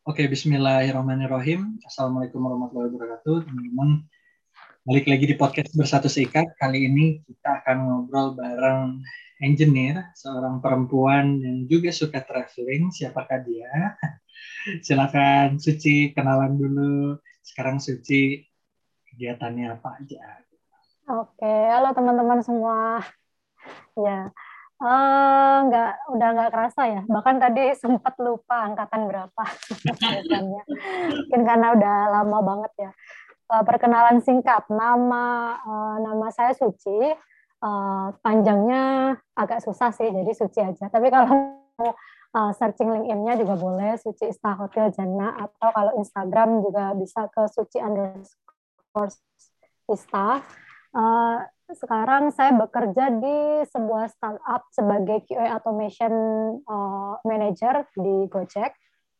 Oke, Bismillahirrahmanirrahim. Assalamualaikum warahmatullahi wabarakatuh, teman-teman. Balik lagi di podcast Bersatu Seikat. Kali ini kita akan ngobrol bareng engineer, seorang perempuan yang juga suka traveling. Siapakah dia? Silakan Suci, kenalan dulu. Sekarang Suci, kegiatannya apa aja? Oke, halo teman-teman semua. Ya, udah nggak kerasa ya. Bahkan tadi sempat lupa angkatan berapa biasanya. Mungkin karena udah lama banget ya. Perkenalan singkat, nama saya Suci. Panjangnya agak susah sih, jadi Suci aja. Tapi kalau mau searching LinkedIn-nya juga boleh, Suci Ista Hotel Jannah. Atau kalau Instagram juga bisa ke Suci_Ista. Uh, Sekarang saya bekerja di sebuah startup sebagai QA automation manager di Gojek.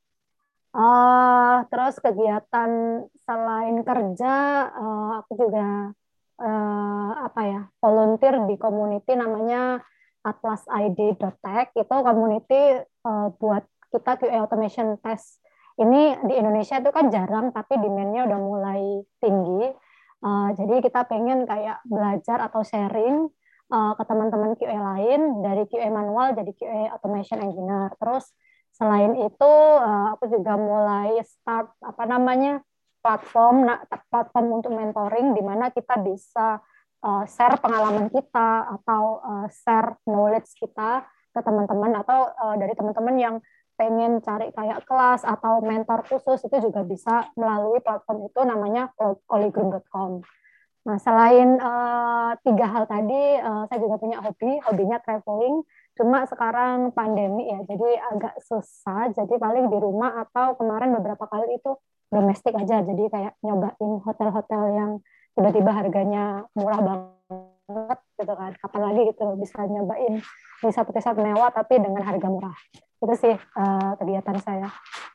Terus kegiatan selain kerja, aku juga apa ya, volunteer di community namanya atlasid.tech. Itu community buat kita QA automation test. Ini di Indonesia itu kan jarang, tapi demand-nya udah mulai tinggi. Jadi kita pengen kayak belajar atau sharing ke teman-teman QA lain dari QA manual jadi QA automation engineer. Terus selain itu aku juga mulai start apa namanya platform untuk mentoring di mana kita bisa share pengalaman kita atau share knowledge kita ke teman-teman atau dari teman-teman yang pengen cari kayak kelas atau mentor khusus itu juga bisa melalui platform itu namanya oligrum.com. Nah, selain tiga hal tadi, saya juga punya hobinya traveling. Cuma sekarang pandemi ya, jadi agak susah. Jadi paling di rumah atau kemarin beberapa kali itu domestik aja. Jadi kayak nyobain hotel-hotel yang tiba-tiba harganya murah banget gitu kan. Kapan lagi gitu bisa nyobain resort-resort mewah tapi dengan harga murah. Itu sih kegiatan saya.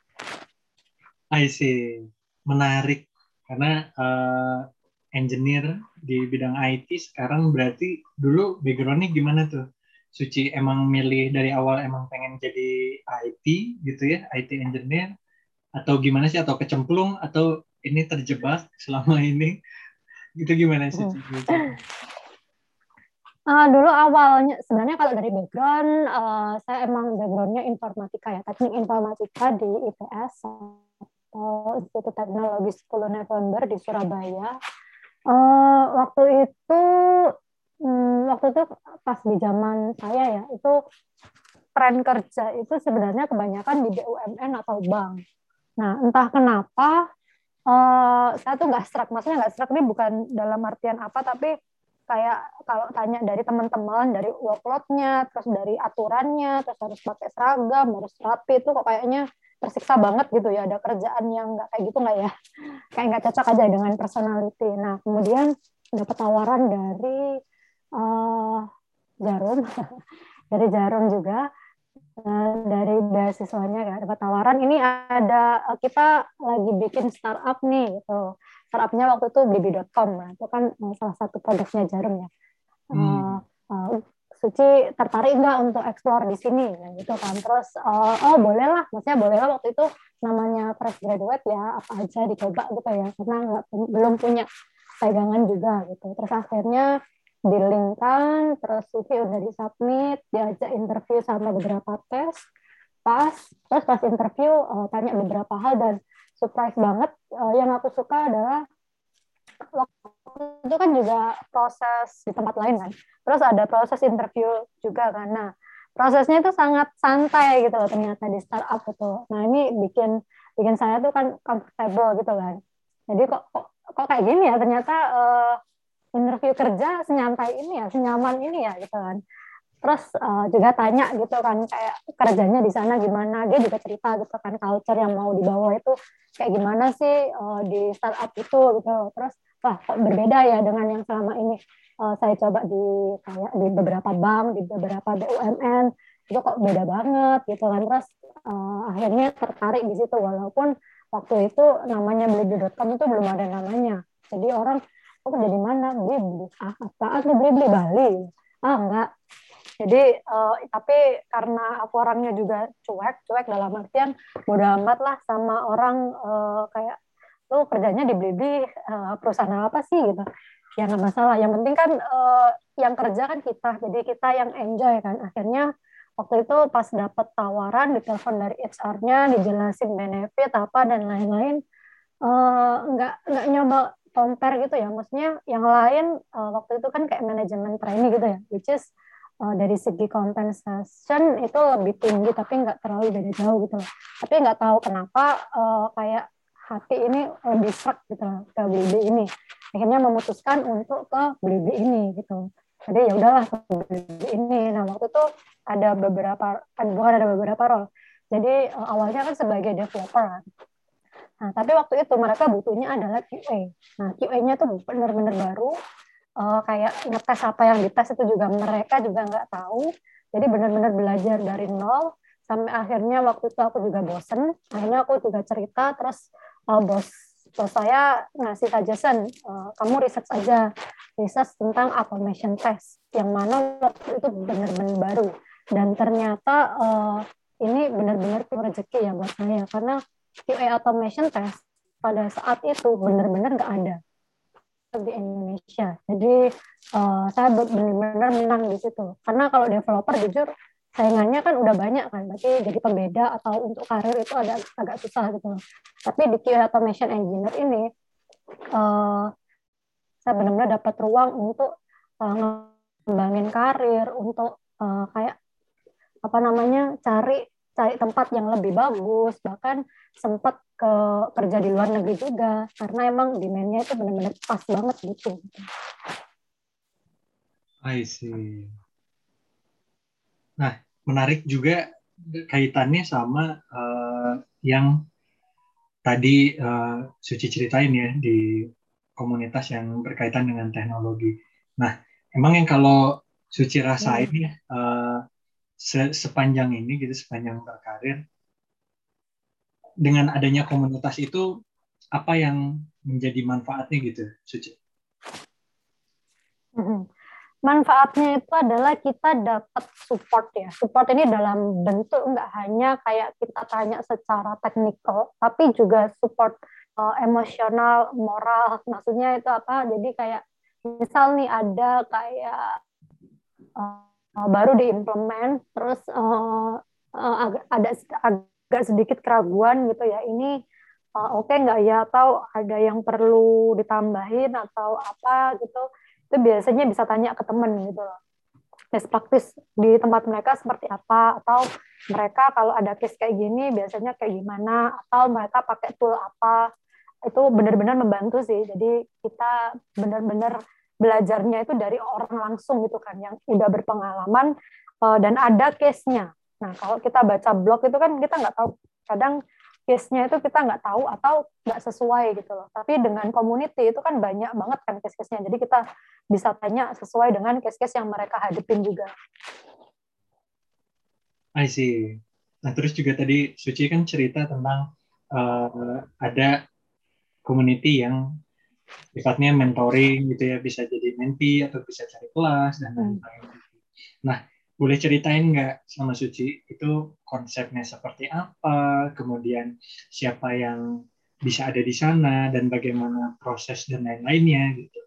I see. Menarik. Karena engineer di bidang IT sekarang berarti dulu backgroundnya gimana tuh? Suci emang milih dari awal emang pengen jadi IT gitu ya, IT engineer atau gimana sih? Atau kecemplung atau ini terjebak selama ini? Gitu gimana Suci? Dulu awalnya sebenarnya kalau dari background saya emang backgroundnya informatika ya, teknik informatika di ITS atau Institut Teknologi 10 November di Surabaya. Waktu itu waktu itu pas di zaman saya ya itu tren kerja itu sebenarnya kebanyakan di BUMN atau bank. Nah entah kenapa saya tuh nggak serak, maksudnya nggak serak ini bukan dalam artian apa, tapi kayak kalau tanya dari teman-teman, dari workload-nya, terus dari aturannya, terus harus pakai seragam, harus rapi, itu kok kayaknya tersiksa banget gitu ya, ada kerjaan yang nggak kayak gitu nggak ya, kayak nggak cocok aja dengan personality. Nah, kemudian dapat tawaran dari uh, Jarum, dari Jarum juga, dari beasiswanya ya dapat tawaran ini ada kita lagi bikin startup nih gitu. Startupnya waktu itu Blibli.com, nah, itu kan salah satu produknya Jarum ya. Uh, Hmm. uh, Suci tertarik nggak untuk explore di sini nah, gitu kan. Terus oh boleh lah, maksudnya boleh lah, waktu itu namanya fresh graduate ya apa aja dicoba gitu ya karena belum punya pegangan juga gitu. Terus akhirnya di link kan, terus CV udah disubmit, diajak interview sama beberapa tes, pas, terus pas interview tanya beberapa hal dan surprise banget. Yang aku suka adalah waktu itu kan juga proses di tempat lain kan, terus ada proses interview juga kan. Nah prosesnya itu sangat santai gitu loh ternyata di startup itu. Nah ini bikin bikin saya tuh kan comfortable gitu kan. Jadi kok kayak gini ya ternyata interview kerja senyantai ini ya, senyaman ini ya gitu kan. Terus juga tanya gitu kan kayak kerjanya di sana gimana, dia juga cerita gitu kan culture yang mau dibawa itu kayak gimana sih di startup itu gitu. Terus wah kok berbeda ya dengan yang selama ini saya coba di kayak di beberapa bank, di beberapa BUMN, itu kok beda banget gitu kan. Terus akhirnya tertarik di situ walaupun waktu itu namanya Blibli.com itu belum ada namanya. Jadi orang kok kerja di mana? Blibli. Ah, apaan tuh Blibli Bali? Ah enggak, Jadi tapi karena aku orangnya juga cuek dalam artian bodo amat lah sama orang kayak lu kerjanya di Blibli perusahaan apa sih gitu. Ya nggak masalah. Yang penting kan yang kerja kan kita, jadi kita yang enjoy kan. Akhirnya waktu itu pas dapet tawaran ditelepon dari HR-nya, dijelasin benefit apa dan lain-lain, nggak nyoba compare gitu ya. Maksudnya yang lain waktu itu kan kayak manajemen training gitu ya, which is dari segi compensation itu lebih tinggi tapi nggak terlalu beda jauh gitu loh. Tapi nggak tahu kenapa kayak hati ini lebih serak gitu loh ke Blibli ini. Akhirnya memutuskan untuk ke Blibli ini gitu. Jadi ya udahlah ke Blibli ini. Nah waktu itu ada beberapa, bukan ada beberapa role. Jadi awalnya kan sebagai developer kan. Nah, tapi waktu itu mereka butuhnya adalah QA. Nah, QA-nya tuh benar-benar baru, kayak ngetes apa yang dites itu juga mereka juga nggak tahu. Jadi benar-benar belajar dari nol, sampai akhirnya waktu itu aku juga bosen. Akhirnya aku juga cerita, terus bos saya ngasih suggestion, kamu research aja, research tentang automation test, yang mana waktu itu benar-benar baru. Dan ternyata ini benar-benar rezeki ya buat saya, karena QA automation test pada saat itu benar-benar nggak ada di Indonesia. Jadi saya benar-benar menang di situ. Karena kalau developer jujur saingannya kan udah banyak kan, berarti jadi pembeda atau untuk karir itu agak susah gitu. Tapi di QA automation engineer ini saya benar-benar dapat ruang untuk ngembangin karir, untuk kayak apa namanya cari tempat yang lebih bagus, bahkan sempat kerja di luar negeri juga karena emang demand-nya itu benar-benar pas banget gitu. I see. Nah, menarik juga kaitannya sama yang tadi Suci ceritain ya di komunitas yang berkaitan dengan teknologi. Nah, emang yang kalau Suci rasain ya sepanjang ini gitu, sepanjang berkarir, dengan adanya komunitas itu apa yang menjadi manfaatnya gitu, Suci? Manfaatnya itu adalah kita dapat support ya. Support ini dalam bentuk nggak hanya kayak kita tanya secara teknikal, tapi juga support emosional, moral. Maksudnya itu apa? Jadi kayak misal nih ada kayak baru diimplement, terus ada agak sedikit keraguan gitu ya. Ini oke nggak ya? Atau ada yang perlu ditambahin atau apa gitu? Itu biasanya bisa tanya ke temen gitu loh. Best practice di tempat mereka seperti apa, atau mereka kalau ada case kayak gini biasanya kayak gimana, atau mereka pakai tool apa. Itu benar-benar membantu sih. Jadi kita benar-benar belajarnya itu dari orang langsung gitu kan, yang udah berpengalaman dan ada case-nya. Nah, kalau kita baca blog itu kan kita nggak tahu, kadang case-nya itu kita nggak tahu atau nggak sesuai gitu loh. Tapi dengan community itu kan banyak banget kan case-case-nya. Jadi kita bisa tanya sesuai dengan case-case yang mereka hadapin juga. I see. Nah, terus juga tadi Suci kan cerita tentang ada community yang sifatnya mentoring gitu ya, bisa jadi mentee atau bisa cari kelas dan lain-lain. Nah, boleh ceritain nggak sama Suci itu konsepnya seperti apa, kemudian siapa yang bisa ada di sana dan bagaimana proses dan lain-lainnya gitu.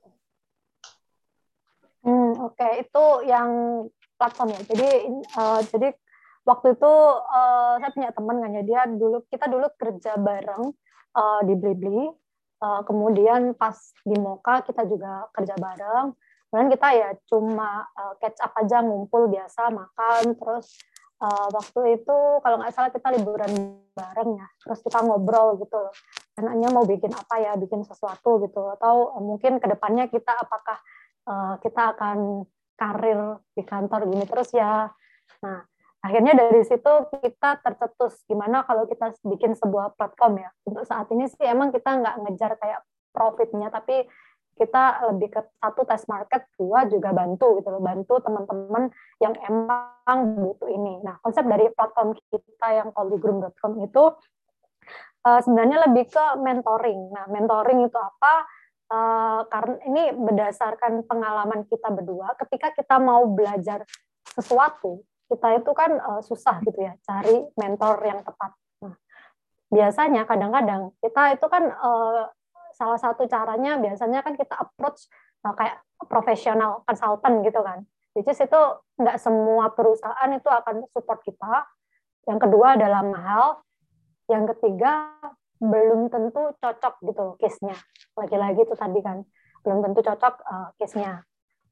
Oke, itu yang platform ya. Jadi waktu itu saya punya teman kan ya, kita dulu kerja bareng di Blibli. Kemudian pas di Moka kita juga kerja bareng. Kemudian kita ya cuma catch up aja, ngumpul biasa, makan. Terus waktu itu kalau nggak salah kita liburan bareng ya. Terus kita ngobrol gitu loh. Anaknya mau bikin apa ya, bikin sesuatu gitu. Atau mungkin kedepannya kita apakah kita akan karir di kantor gini terus ya. Nah, akhirnya dari situ kita tercetus gimana kalau kita bikin sebuah platform ya. Untuk saat ini sih emang kita nggak ngejar kayak profitnya, tapi kita lebih ke satu test market, dua juga bantu gitu loh, bantu teman-teman yang emang butuh ini. Nah, konsep dari platform kita yang calligroom.com itu sebenarnya lebih ke mentoring. Nah, mentoring itu apa? Karena ini berdasarkan pengalaman kita berdua, ketika kita mau belajar sesuatu, kita itu kan susah gitu ya cari mentor yang tepat. Nah, biasanya kadang-kadang kita itu kan salah satu caranya biasanya kan kita approach kayak profesional konsultan gitu kan. Which is itu nggak semua perusahaan itu akan support kita. Yang kedua adalah mahal. Yang ketiga belum tentu cocok gitu case-nya. Lagi-lagi itu tadi kan belum tentu cocok case-nya.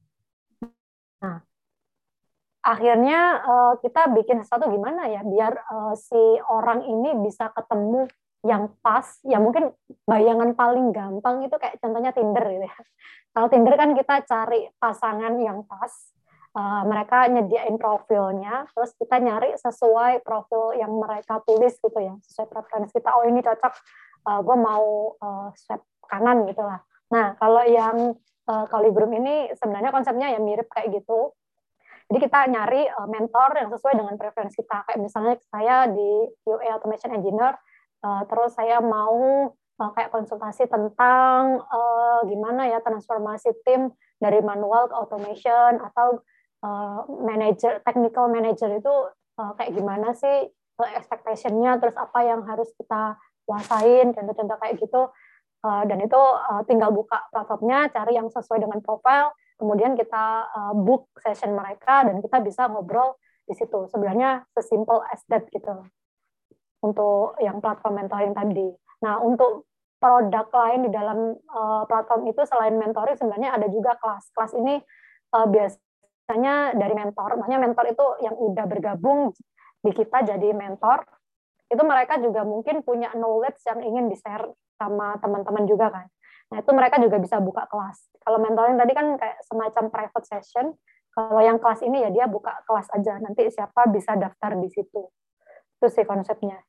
Nah, akhirnya kita bikin sesuatu gimana ya biar si orang ini bisa ketemu yang pas. Ya mungkin bayangan paling gampang itu kayak contohnya Tinder gitu ya. Kalau Tinder kan kita cari pasangan yang pas, mereka nyediain profilnya, terus kita nyari sesuai profil yang mereka tulis gitu ya, sesuai preferensi kita. Oh ini cocok, gue mau swipe kanan gitu lah. Nah kalau yang Calibrum ini sebenarnya konsepnya ya mirip kayak gitu. Jadi kita nyari mentor yang sesuai dengan preferensi kita. Kayak misalnya saya di QA Automation Engineer, terus saya mau kayak konsultasi tentang gimana ya transformasi tim dari manual ke automation, atau technical manager itu kayak gimana sih expectation-nya, terus apa yang harus kita kuasain, contoh-contoh kayak gitu. Dan itu tinggal buka platformnya, cari yang sesuai dengan profile, kemudian kita book session mereka dan kita bisa ngobrol di situ. Sebenarnya sesimpel as that gitu untuk yang platform mentoring tadi. Nah, untuk produk lain di dalam platform itu selain mentoring sebenarnya ada juga kelas. Kelas ini biasanya dari mentor. Makanya mentor itu yang udah bergabung di kita jadi mentor, itu mereka juga mungkin punya knowledge yang ingin di-share sama teman-teman juga kan. Nah, itu mereka juga bisa buka kelas. Kalau mentoring tadi kan kayak semacam private session. Kalau yang kelas ini ya dia buka kelas aja. Nanti siapa bisa daftar di situ. Itu sih konsepnya.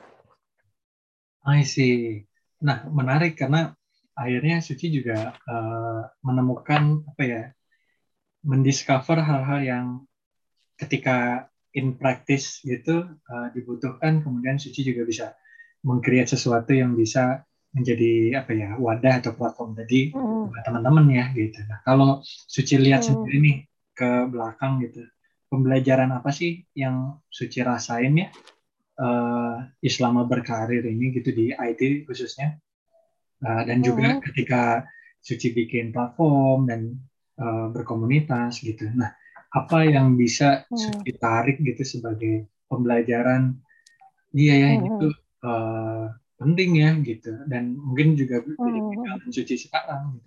I see. Nah, menarik karena akhirnya Suci juga menemukan apa ya, mendiscover hal-hal yang ketika in practice gitu dibutuhkan, kemudian Suci juga bisa meng-create sesuatu yang bisa menjadi apa ya, wadah atau platform tadi buat teman-teman ya gitu. Nah, kalau Suci lihat sendiri nih ke belakang gitu, pembelajaran apa sih yang Suci rasain ya selama berkarir ini gitu di IT khususnya, dan juga ketika Suci bikin platform dan berkomunitas gitu. Nah, apa yang bisa Suci tarik gitu sebagai pembelajaran? Iya ya, ini tuh penting ya gitu, dan mungkin juga jadi pegangan Suci sekarang. Gitu.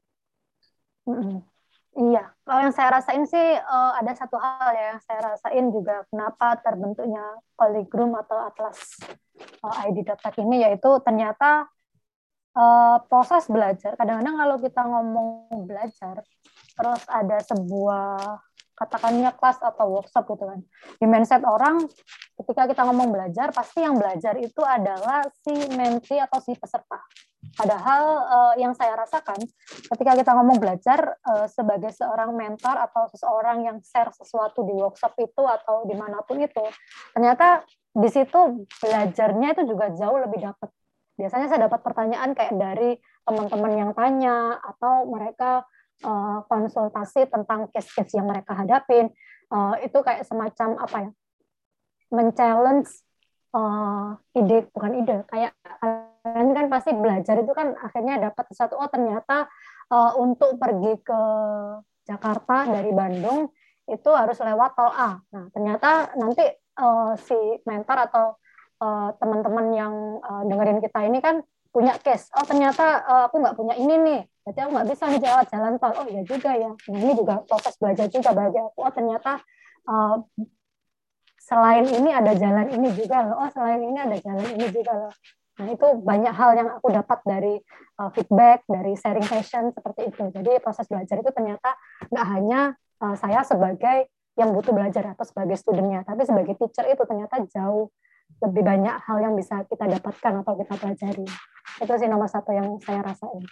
Iya, kalau yang saya rasain sih ada satu hal ya yang saya rasain juga kenapa terbentuknya Calibrum atau Atlas ID.Tech ini, yaitu ternyata proses belajar. Kadang-kadang kalau kita ngomong belajar, terus ada sebuah katakannya kelas atau workshop gitu kan. Di mindset orang, ketika kita ngomong belajar, pasti yang belajar itu adalah si mentee atau si peserta. Padahal yang saya rasakan, ketika kita ngomong belajar sebagai seorang mentor atau seseorang yang share sesuatu di workshop itu atau dimanapun itu, ternyata di situ belajarnya itu juga jauh lebih dapat. Biasanya saya dapat pertanyaan kayak dari teman-teman yang tanya, atau mereka konsultasi tentang case-case yang mereka hadapin. Itu kayak semacam apa ya, men-challenge ide, bukan ide, kayak kalian kan pasti belajar itu kan akhirnya dapat satu, oh ternyata untuk pergi ke Jakarta dari Bandung itu harus lewat tol A. Nah, ternyata nanti si mentor atau teman-teman yang dengerin kita ini kan punya case. Oh ternyata aku nggak punya ini nih, berarti aku nggak bisa nih lewat jalan tol. Oh iya juga ya. Nah, ini juga proses belajar juga bagi aku. Oh ternyata selain ini ada jalan ini juga loh. Oh selain ini ada jalan ini juga loh. Nah itu banyak hal yang aku dapat dari feedback, dari sharing session seperti itu. Jadi proses belajar itu ternyata nggak hanya saya sebagai yang butuh belajar atau sebagai studentnya, tapi sebagai teacher itu ternyata jauh lebih banyak hal yang bisa kita dapatkan atau kita pelajari. Itu sih nomor satu yang saya rasain.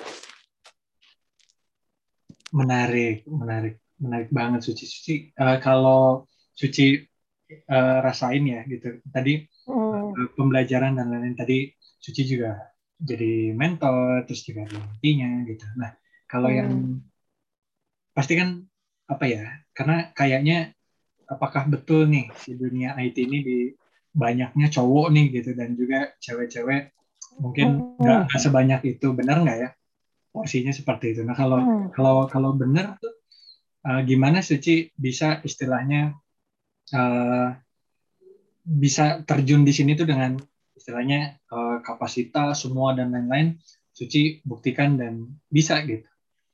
Menarik, menarik, menarik banget Suci. Kalau Suci rasain ya gitu. Tadi pembelajaran dan lain-lain tadi Suci juga jadi mentor, terus juga ada intinya gitu. Nah, kalau yang pasti kan apa ya? Karena kayaknya apakah betul nih si dunia IT ini di banyaknya cowok nih gitu dan juga cewek-cewek mungkin Hmm. nggak sebanyak itu, benar nggak ya porsinya seperti itu? Nah kalau Hmm. kalau kalau benar tuh gimana Suci bisa istilahnya eh, bisa terjun di sini tuh dengan istilahnya kapasitas semua dan lain-lain, Suci buktikan dan bisa gitu.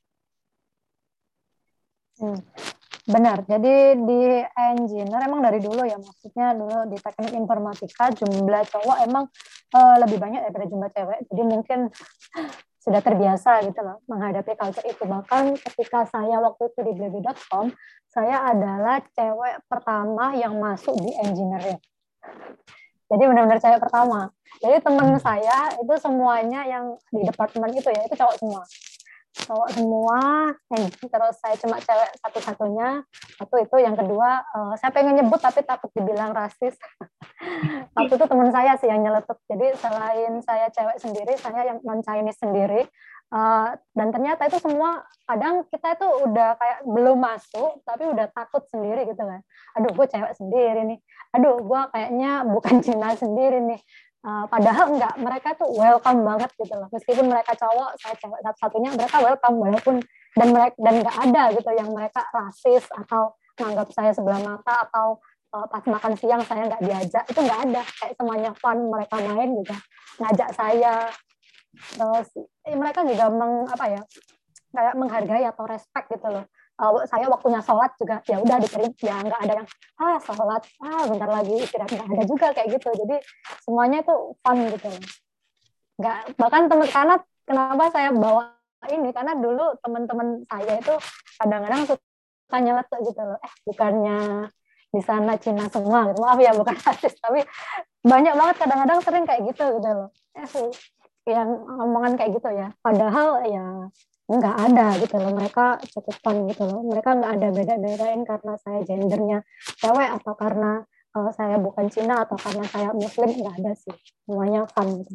Hmm. Benar, jadi di engineer emang dari dulu ya, maksudnya dulu di teknik informatika jumlah cowok emang lebih banyak daripada jumlah cewek. Jadi mungkin sudah terbiasa gitu loh menghadapi culture itu. Bahkan ketika saya waktu itu di Blibli.com, saya adalah cewek pertama yang masuk di engineering. Jadi benar-benar cewek pertama. Jadi teman saya itu semuanya yang di departemen itu ya, itu cowok semua. Cowok semua, terus saya cuma cewek satu-satunya. Satu itu, yang kedua, saya pengen nyebut tapi takut dibilang rasis. Waktu itu teman saya sih yang nyeletuk. Jadi selain saya cewek sendiri, saya yang non Chinese sendiri. Dan ternyata itu semua, kadang kita itu udah kayak belum masuk, tapi udah takut sendiri gitu kan. Aduh, gue cewek sendiri nih. Aduh, gue kayaknya bukan Cina sendiri nih. Padahal enggak, mereka tuh welcome banget gitu loh. Meskipun mereka cowok, saya cewek satu-satunya, mereka welcome walaupun dan nggak ada gitu yang mereka rasis atau menganggap saya sebelah mata atau pas makan siang saya nggak diajak, itu nggak ada. Kayak semuanya fun, mereka main juga ngajak saya. Terus mereka juga apa ya, kayak menghargai atau respect gitu loh. Saya waktunya sholat juga ya udah diterima, ya nggak ada yang sholat bentar lagi istirahat, nggak ada juga kayak gitu. Jadi semuanya itu fun gitu loh. Nggak, bahkan teman, karena kenapa saya bawa ini, karena dulu teman-teman saya itu kadang-kadang suka nyeletuk gitu loh, bukannya di sana Cina semua gitu. Maaf ya, bukan rasis, tapi banyak banget kadang-kadang sering kayak gitu loh. Yang omongan kayak gitu ya. Padahal ya nggak ada gitu loh. Mereka cukup fun gitu loh. Mereka nggak ada beda-bedain karena saya gendernya cewek atau karena saya bukan Cina atau karena saya Muslim, nggak ada sih. Semuanya fun gitu.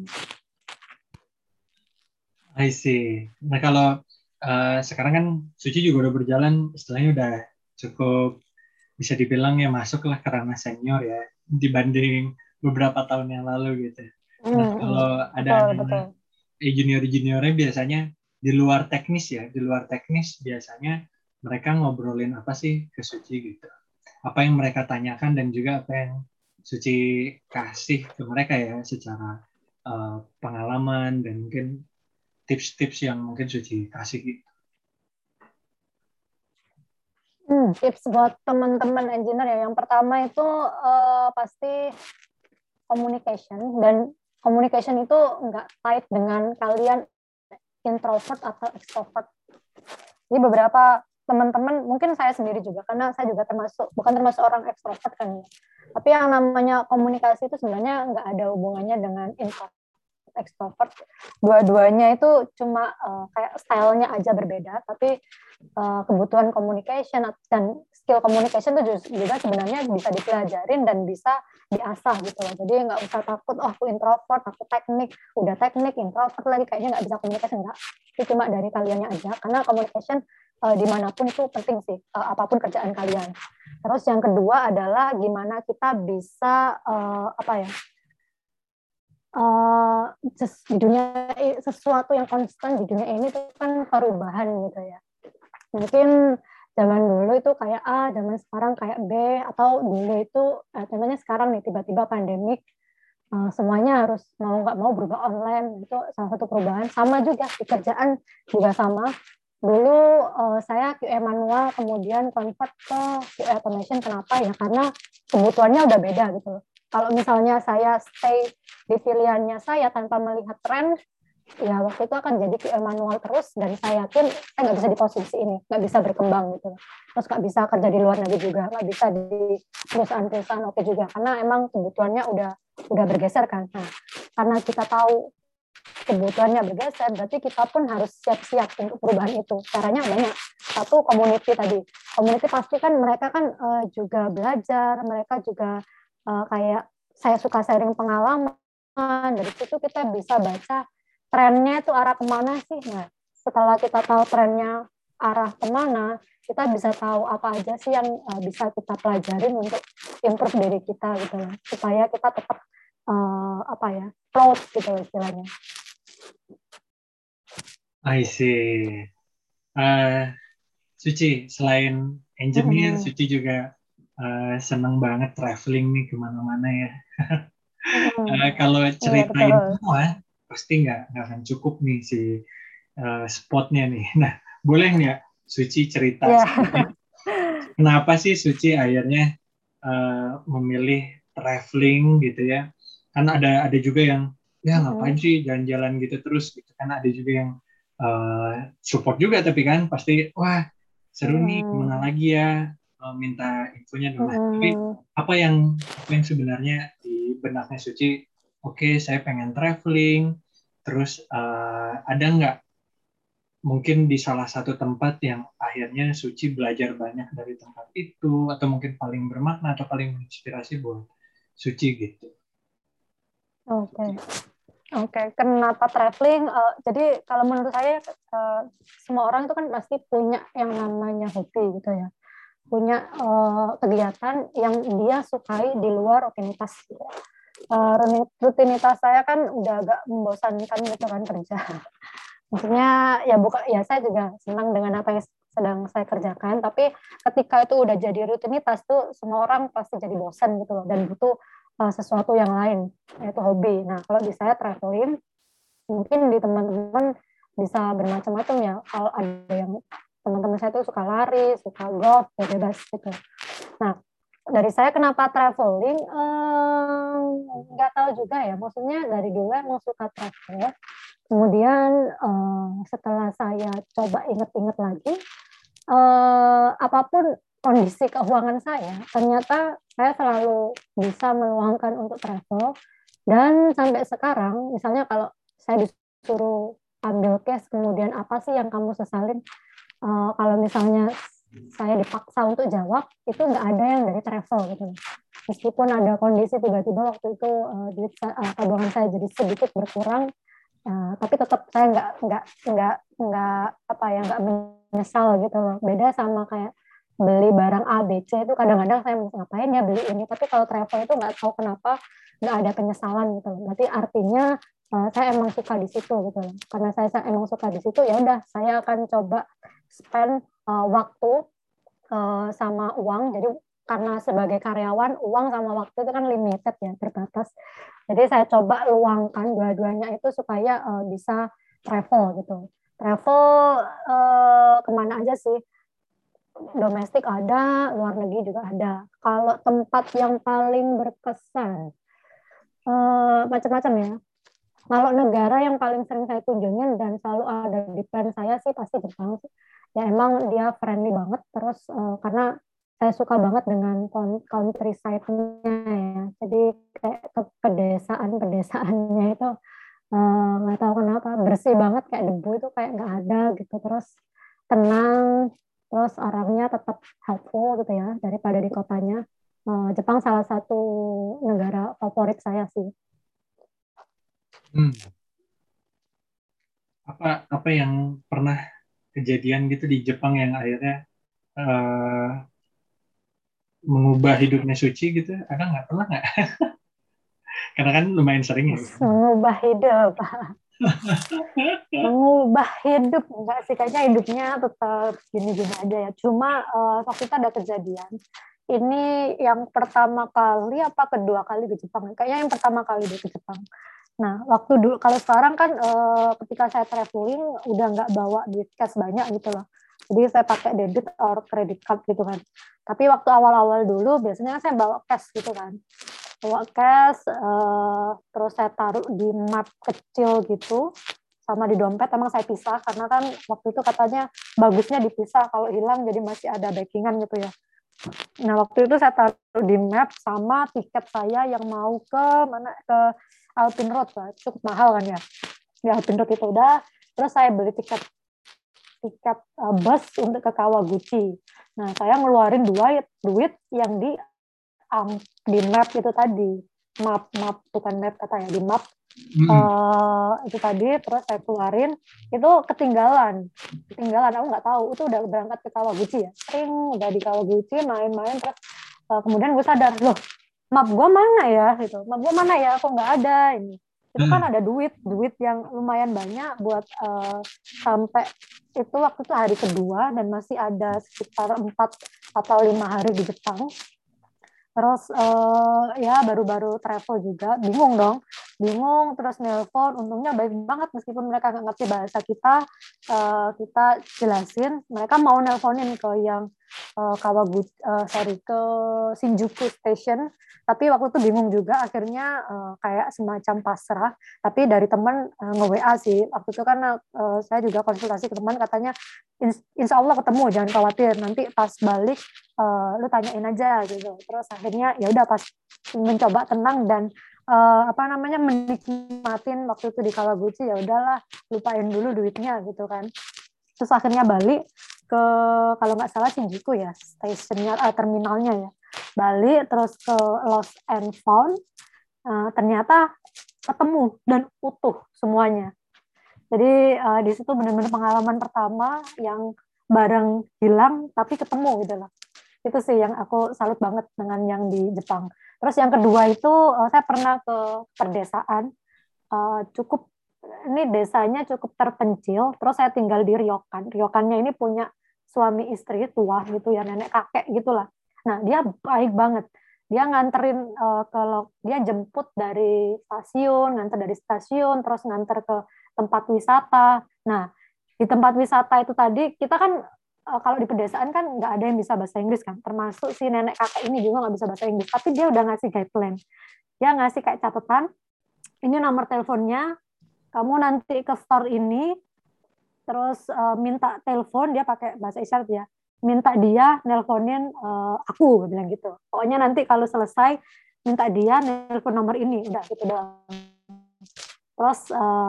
I see. Nah kalau sekarang kan Suci juga udah berjalan, istilahnya udah cukup bisa dibilang ya masuk lah ke ranah senior ya dibanding beberapa tahun yang lalu gitu. Nah kalau ada Betul, anak-anak betul. junior-juniornya biasanya di luar teknis ya, di luar teknis biasanya mereka ngobrolin apa sih ke Suci gitu. Apa yang mereka tanyakan dan juga apa yang Suci kasih ke mereka ya secara pengalaman dan mungkin tips-tips yang mungkin Suci kasih gitu. Tips buat teman-teman engineer ya. Yang pertama itu pasti communication, dan communication itu nggak tight dengan kalian introvert atau extrovert. Jadi beberapa teman-teman, mungkin saya sendiri juga, karena saya juga bukan termasuk orang ekstrovert kan ya. Tapi yang namanya komunikasi itu sebenarnya nggak ada hubungannya dengan introvert extrovert. Dua-duanya itu cuma kayak stylenya aja berbeda, tapi kebutuhan communication dan skill communication itu juga sebenarnya bisa dipelajarin dan bisa diasah gitu loh. Jadi nggak usah takut, oh aku introvert, aku teknik, udah teknik, introvert lagi, kayaknya nggak bisa komunikasi. Enggak, itu cuma dari kaliannya aja, karena communication dimanapun itu penting sih, apapun kerjaan kalian. Terus yang kedua adalah gimana kita bisa apa ya, di dunia, sesuatu yang konstan di dunia ini itu kan perubahan gitu ya. Mungkin zaman dulu itu kayak A, zaman sekarang kayak B, atau dulu itu contohnya sekarang nih tiba-tiba pandemik, semuanya harus mau nggak mau berubah online, itu salah satu perubahan. Sama juga di kerjaan juga sama. Dulu saya QA manual, kemudian convert ke QA automation. Kenapa ya? Karena kebutuhannya udah beda gitu loh. Kalau misalnya saya stay di pilihannya saya tanpa melihat tren, ya waktu itu akan jadi QA manual terus, dan saya yakin saya nggak bisa di posisi ini, nggak bisa berkembang gitu. Terus nggak bisa kerja di luar negeri juga, nggak bisa di perusahaan-perusahaan oke juga, karena emang kebutuhannya udah bergeser kan. Nah, karena kita tahu kebutuhannya bergeser, berarti kita pun harus siap-siap untuk perubahan itu. Caranya banyak. Satu, community tadi. Community pasti kan mereka kan juga belajar, mereka juga kayak saya suka sharing pengalaman, dari situ kita bisa baca trennya itu arah kemana sih. Nah, setelah kita tahu trennya arah kemana, kita bisa tahu apa aja sih yang bisa kita pelajarin untuk improve diri kita gitu loh, supaya kita tetap apa ya, proud gitu loh istilahnya. I see. Eh, Suci, selain engineer, Suci juga senang banget traveling nih kemana-mana ya. Kalau Iya ceritain betul. semua, pasti nggak akan cukup nih si spotnya nih. Nah, boleh nggak Suci cerita Ya. sedikit kenapa sih Suci akhirnya memilih traveling gitu ya? Kan ada juga yang ya ngapain sih jalan-jalan gitu terus gitu kan, ada juga yang support juga tapi kan pasti wah seru nih kemana lagi ya. Minta infonya dong. Nah, tapi apa yang sebenarnya di benaknya Suci? Oke, saya pengen traveling. Terus ada nggak mungkin di salah satu tempat yang akhirnya Suci belajar banyak dari tempat itu, atau mungkin paling bermakna atau paling menginspirasi buat Suci gitu. Oke. Oke, kenapa traveling? Jadi kalau menurut saya semua orang itu kan pasti punya yang namanya hobi gitu ya, punya kegiatan yang dia sukai di luar rutinitas. Rutinitas saya kan udah agak membosankan gitu kan kerja. Maksudnya ya bukan, ya saya juga senang dengan apa yang sedang saya kerjakan, tapi ketika itu udah jadi rutinitas tuh semua orang pasti jadi bosan gitu loh, dan butuh sesuatu yang lain, yaitu hobi. Nah kalau di saya traveling, mungkin di teman-teman bisa bermacam-macam ya. Kalau ada yang teman-teman saya tuh suka lari, suka golf, ya bebas gitu. Nah, dari saya kenapa traveling? Nggak tahu juga ya. Maksudnya dari dulu emang suka travel. Kemudian setelah saya coba inget-inget lagi, apapun kondisi keuangan saya, ternyata saya selalu bisa meluangkan untuk travel. Dan sampai sekarang, misalnya kalau saya disuruh ambil cash, kemudian apa sih yang kamu sesalin? Kalau misalnya saya dipaksa untuk jawab, itu nggak ada yang dari travel gitu. Meskipun ada kondisi tiba-tiba waktu itu duit tabungan saya jadi sedikit berkurang, tapi tetap saya nggak apa ya, nggak menyesal gitu loh. Beda sama kayak beli barang A B C, itu kadang-kadang saya mau ngapain ya beli ini, tapi kalau travel itu nggak tahu kenapa nggak ada penyesalan gitu loh. Berarti artinya saya emang suka di situ gitu loh. Karena saya emang suka di situ, ya udah saya akan coba spend waktu sama uang. Jadi karena sebagai karyawan, uang sama waktu itu kan limited ya, terbatas. Jadi saya coba luangkan dua-duanya itu supaya bisa travel gitu. Travel kemana aja sih? Domestik ada, luar negeri juga ada. Kalau tempat yang paling berkesan, macam-macam ya. Kalau negara yang paling sering saya kunjungin dan selalu ada di plan saya sih pasti Jepang sih. Ya emang dia friendly banget, terus karena saya suka banget dengan countryside-nya ya. Jadi kayak ke pedesaan-pedesaannya itu nggak tahu kenapa bersih banget, kayak debu itu kayak nggak ada gitu. Terus tenang, terus orangnya tetap helpful gitu ya daripada di kotanya. Jepang salah satu negara favorit saya sih. Hmm. Apa yang pernah kejadian gitu di Jepang yang akhirnya eh, mengubah hidupnya Suci gitu? Ada nggak? Pernah nggak? Karena kan lumayan sering ya. Mengubah hidup. Mengubah hidup enggak sih, kayaknya hidupnya tetap gini-gini aja ya. Cuma waktu itu ada kejadian, ini yang pertama kali apa kedua kali ke Jepang, kayaknya yang pertama kali deh ke Jepang. Nah waktu dulu, kalau sekarang kan ketika saya traveling udah nggak bawa duit cash banyak gitu loh, jadi saya pakai debit or credit card gitu kan. Tapi waktu awal-awal dulu biasanya saya bawa cash gitu kan, bawa cash, terus saya taruh di map kecil gitu, sama di dompet emang saya pisah, karena kan waktu itu katanya bagusnya dipisah, kalau hilang jadi masih ada backingan gitu ya. Nah waktu itu saya taruh di map sama tiket saya yang mau ke mana, ke Alpine Road lah, cukup mahal kan ya di Alpine Road itu. Udah, terus saya beli tiket tiket bus untuk ke Kawaguchi. Nah saya ngeluarin duit yang di map itu tadi. map bukan map kata ya, di map Mm-mm. itu tadi, terus saya keluarin, itu ketinggalan, aku nggak tahu, itu udah berangkat ke Kawaguchi ya, sering udah di Kawaguchi main-main, terus kemudian gue sadar, loh map gue mana ya, gitu, map gue mana ya, kok nggak ada ini. Itu kan ada duit yang lumayan banyak buat sampai itu waktu itu hari kedua dan masih ada sekitar 4 atau 5 hari di Jepang. Terus ya baru-baru travel juga, bingung terus nelpon, untungnya baik banget meskipun mereka nggak ngerti bahasa kita, kita jelasin, mereka mau nelponin ke yang Kawaguchi, ke Shinjuku Station, tapi waktu itu bingung juga, akhirnya kayak semacam pasrah, tapi dari teman nge-WA sih, waktu itu kan saya juga konsultasi ke teman, katanya insya Allah ketemu, jangan khawatir, nanti pas balik lu tanyain aja gitu. Terus akhirnya ya udah pas mencoba tenang dan apa namanya menikmatin waktu itu di Kawaguchi, ya udahlah lupain dulu duitnya gitu kan. Terus akhirnya balik ke, kalau nggak salah Shinjuku ya stationnya, terminalnya ya, balik terus ke Lost and Found, ternyata ketemu dan utuh semuanya. Jadi di situ benar-benar pengalaman pertama yang barang hilang tapi ketemu gitu loh. Itu sih yang aku salut banget dengan yang di Jepang. Terus yang kedua itu saya pernah ke perdesaan, cukup, ini desanya cukup terpencil. Terus saya tinggal di ryokan. Ryokannya ini punya suami istri tua gitu ya, nenek kakek gitulah. Nah dia baik banget. Dia nganterin dia jemput dari stasiun, nganter dari stasiun, terus nganter ke tempat wisata. Nah di tempat wisata itu tadi kita kan kalau di pedesaan kan nggak ada yang bisa bahasa Inggris kan, termasuk si nenek kakek ini juga nggak bisa bahasa Inggris, tapi dia udah ngasih guideline, dia ngasih kayak catatan, ini nomor teleponnya, kamu nanti ke store ini, terus minta telepon, dia pakai bahasa isyarat ya, minta dia nelponin aku, bilang gitu. Pokoknya nanti kalau selesai minta dia nelpon nomor ini, udah gitu doang. Terus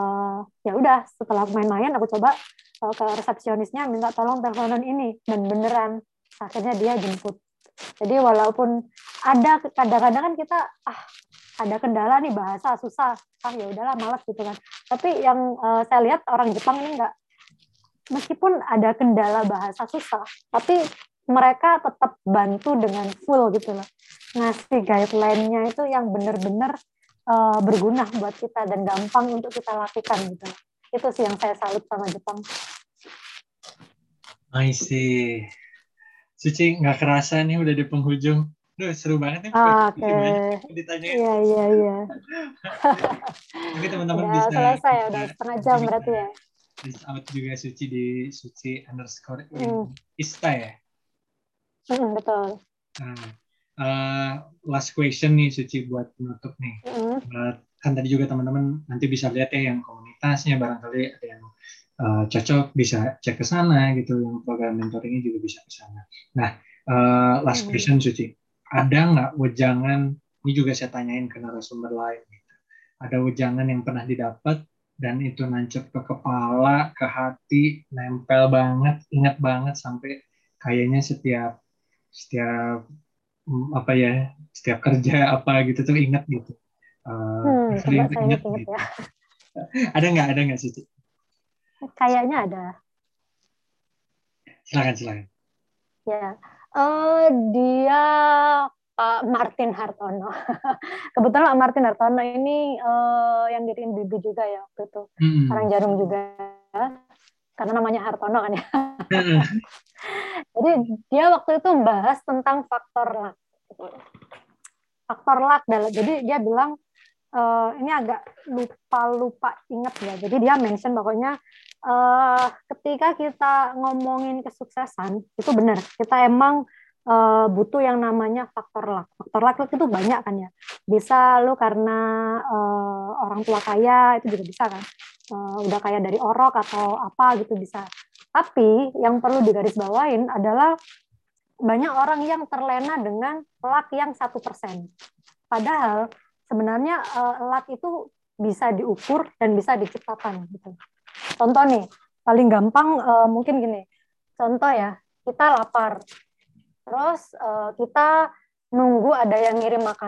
ya udah setelah main-main aku coba ke resepsionisnya minta tolong teleponan ini dan beneran akhirnya dia jemput. Jadi walaupun ada kadang-kadang kan kita ada kendala nih bahasa susah, ya udahlah malas gitu kan. Tapi yang saya lihat orang Jepang ini enggak, meskipun ada kendala bahasa susah, tapi mereka tetap bantu dengan full gitu loh. Ngasih guideline-nya itu yang benar-benar berguna buat kita dan gampang untuk kita lakukan gitu. Itu sih yang saya salut sama Jepang. I see. Suci, nggak kerasa nih udah di penghujung. Duh, seru banget nih. Oke, Masih banyak yang ditanyain. iya iya iya. Mungkin teman-teman Udah bisa selesai ya, udah bisa setengah nanti jam bisa berarti ya. reach out juga Suci di Suci_in Hmm, Ista ya. betul. Nah, uh, last question nih Suci buat penutup nih. Hmm, Kan tadi juga teman-teman nanti bisa lihat ya yang komunitasnya, barangkali ada yang cocok bisa cek ke sana gitu, yang program mentoringnya juga bisa ke sana. Nah, last hmm. question Suci, ada nggak wejangan, ini juga saya tanyain ke narasumber lain, gitu. Ada wejangan yang pernah didapat dan itu nancep ke kepala, ke hati, nempel banget, ingat banget sampai kayaknya setiap setiap apa ya, setiap kerja apa gitu tuh ingat gitu. Coba Sering saya ingat inget-inget gitu. ya. Ada nggak sih? Kayaknya ada. Silakan. Ya, dia Pak Martin Hartono. Kebetulan Pak Martin Hartono ini yang diriin Bibi juga ya waktu itu. Orang Hmm. Jarum juga. Karena namanya Hartono kan ya. Hmm. Jadi dia waktu itu membahas tentang faktor luck. Faktor luck. Jadi dia bilang, ini agak lupa ingat ya. Jadi dia mention pokoknya ketika kita ngomongin kesuksesan itu benar kita emang butuh yang namanya faktor luck. Faktor luck itu banyak kan ya. Bisa lu karena orang tua kaya itu juga bisa kan. Udah kaya dari orok atau apa gitu bisa. Tapi yang perlu digarisbawain adalah banyak orang yang terlena dengan luck yang 1%. Padahal sebenarnya luck itu bisa diukur dan bisa diciptakan gitu. Contoh nih, paling gampang mungkin gini. Contoh ya, kita lapar. Terus kita nunggu ada yang ngirim makanan.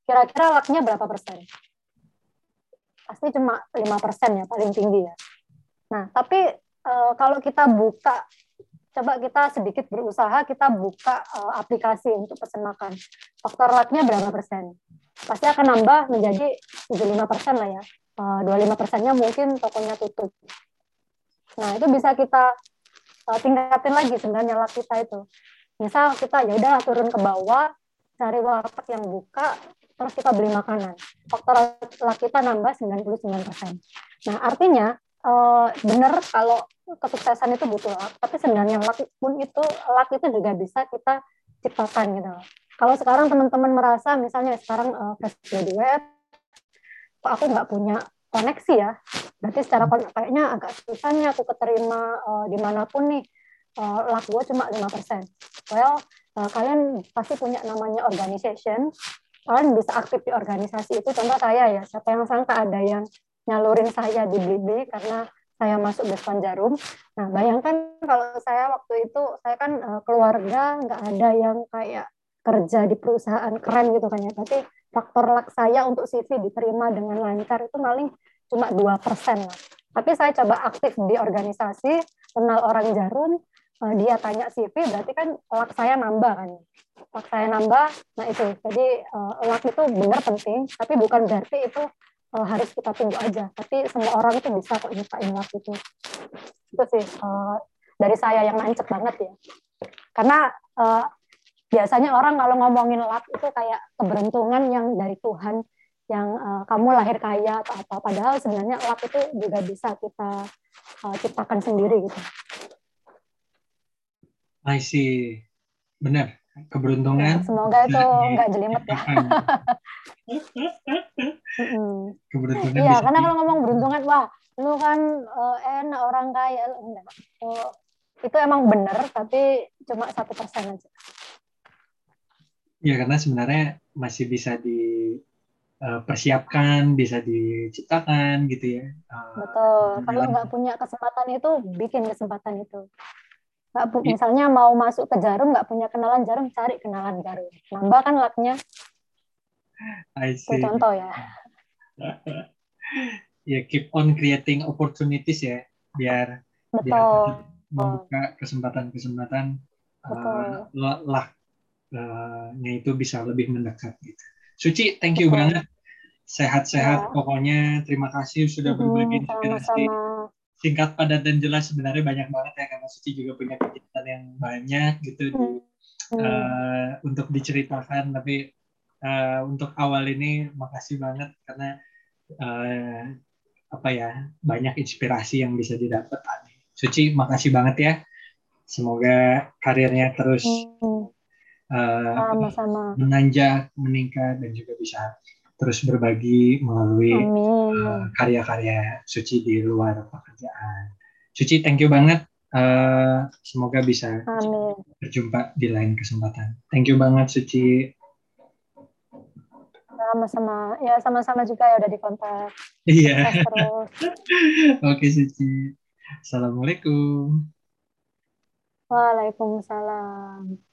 kira-kira lucknya berapa persen? Pasti cuma 5% ya, paling tinggi ya. Nah, tapi kalau kita buka, coba kita sedikit berusaha, kita buka aplikasi untuk pesan makan. Faktor lucknya berapa persen? Pasti akan nambah menjadi 75% lah ya. 25%-nya mungkin tokonya tutup. Nah, itu bisa kita tingkatin lagi sebenarnya luck kita itu. Misal kita ya udah turun ke bawah, cari warteg yang buka, terus kita beli makanan. Faktor luck kita nambah 99%. Nah, artinya benar kalau kesuksesan itu butuh luck, tapi sebenarnya luck itu juga bisa kita ciptakan gitu. Kalau sekarang teman-teman merasa misalnya sekarang fresh graduate, kok aku nggak punya koneksi ya, berarti secara kayaknya agak susah nih aku keterima dimanapun nih, luck gue cuma 5%. Well, kalian pasti punya namanya organization, kalian bisa aktif di organisasi itu. Contoh saya ya, siapa yang sangka ada yang nyalurin saya di Blibli karena saya masuk Deswan Jarum. Nah, bayangkan kalau saya waktu itu, saya kan keluarga nggak ada yang kayak kerja di perusahaan keren gitu kan ya. Berarti faktor luck saya untuk CV diterima dengan lancar itu paling cuma 2% lah. Tapi saya coba aktif di organisasi, kenal orang Jarum, dia tanya CV, berarti kan luck saya nambah kan. Luck saya nambah, nah itu. Jadi luck itu benar penting, tapi bukan berarti itu harus kita tunggu aja. Tapi semua orang itu bisa kok nyiptain luck itu. Itu sih dari saya yang nancep banget ya. Karena biasanya orang kalau ngomongin luck itu kayak keberuntungan yang dari Tuhan, yang kamu lahir kaya atau apa. Padahal sebenarnya luck itu juga bisa kita ciptakan sendiri gitu. I see. Benar. Keberuntungan. Ya, semoga itu nggak jelimet ya. Keberuntungan Iya, bisa karena kalau ngomong beruntungan, wah, lu kan enak orang kaya, enggak. Itu emang benar, tapi cuma 1% aja. Ya, karena sebenarnya masih bisa dipersiapkan, bisa diciptakan gitu ya. Betul. Kalau Dalam nggak punya kesempatan itu, bikin kesempatan itu. Misalnya mau masuk ke Jarum, nggak punya kenalan Jarum, cari kenalan Jarum. Nambah kan luck-nya. I Itu see. contoh ya. Ya, keep on creating opportunities ya, biar Betul. membuka kesempatan-kesempatan Betul. luck-nya itu bisa lebih mendekat gitu. Suci, thank you Betul. banget. Sehat-sehat Ya. pokoknya. Terima kasih sudah berbagi inspirasi. Sama-sama. Singkat, padat, dan jelas. Sebenarnya banyak banget ya, karena Suci juga punya kegiatan yang banyak gitu untuk diceritakan. Tapi untuk awal ini makasih banget karena uh, apa ya, banyak inspirasi yang bisa didapat. Suci, makasih banget ya. Semoga karirnya terus Sama-sama. menanjak, meningkat, dan juga bisa terus berbagi melalui Amin. karya-karya Suci di luar pekerjaan. Suci, thank you banget. Semoga bisa Amin. berjumpa di lain kesempatan. Thank you banget, Suci. Sama-sama. Ya, sama-sama juga ya udah dikontak. Iya. Sukses terus. Oke, Suci. Assalamualaikum. Waalaikumsalam.